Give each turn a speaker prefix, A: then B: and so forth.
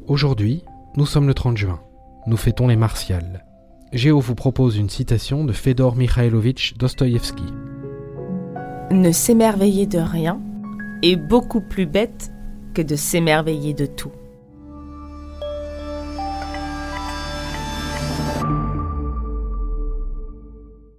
A: Aujourd'hui, nous sommes le 30 juin. Nous fêtons les Martiales. Géo vous propose une citation de Fédor Mikhailovitch Dostoïevski.
B: Ne s'émerveiller de rien est beaucoup plus bête que de s'émerveiller de tout.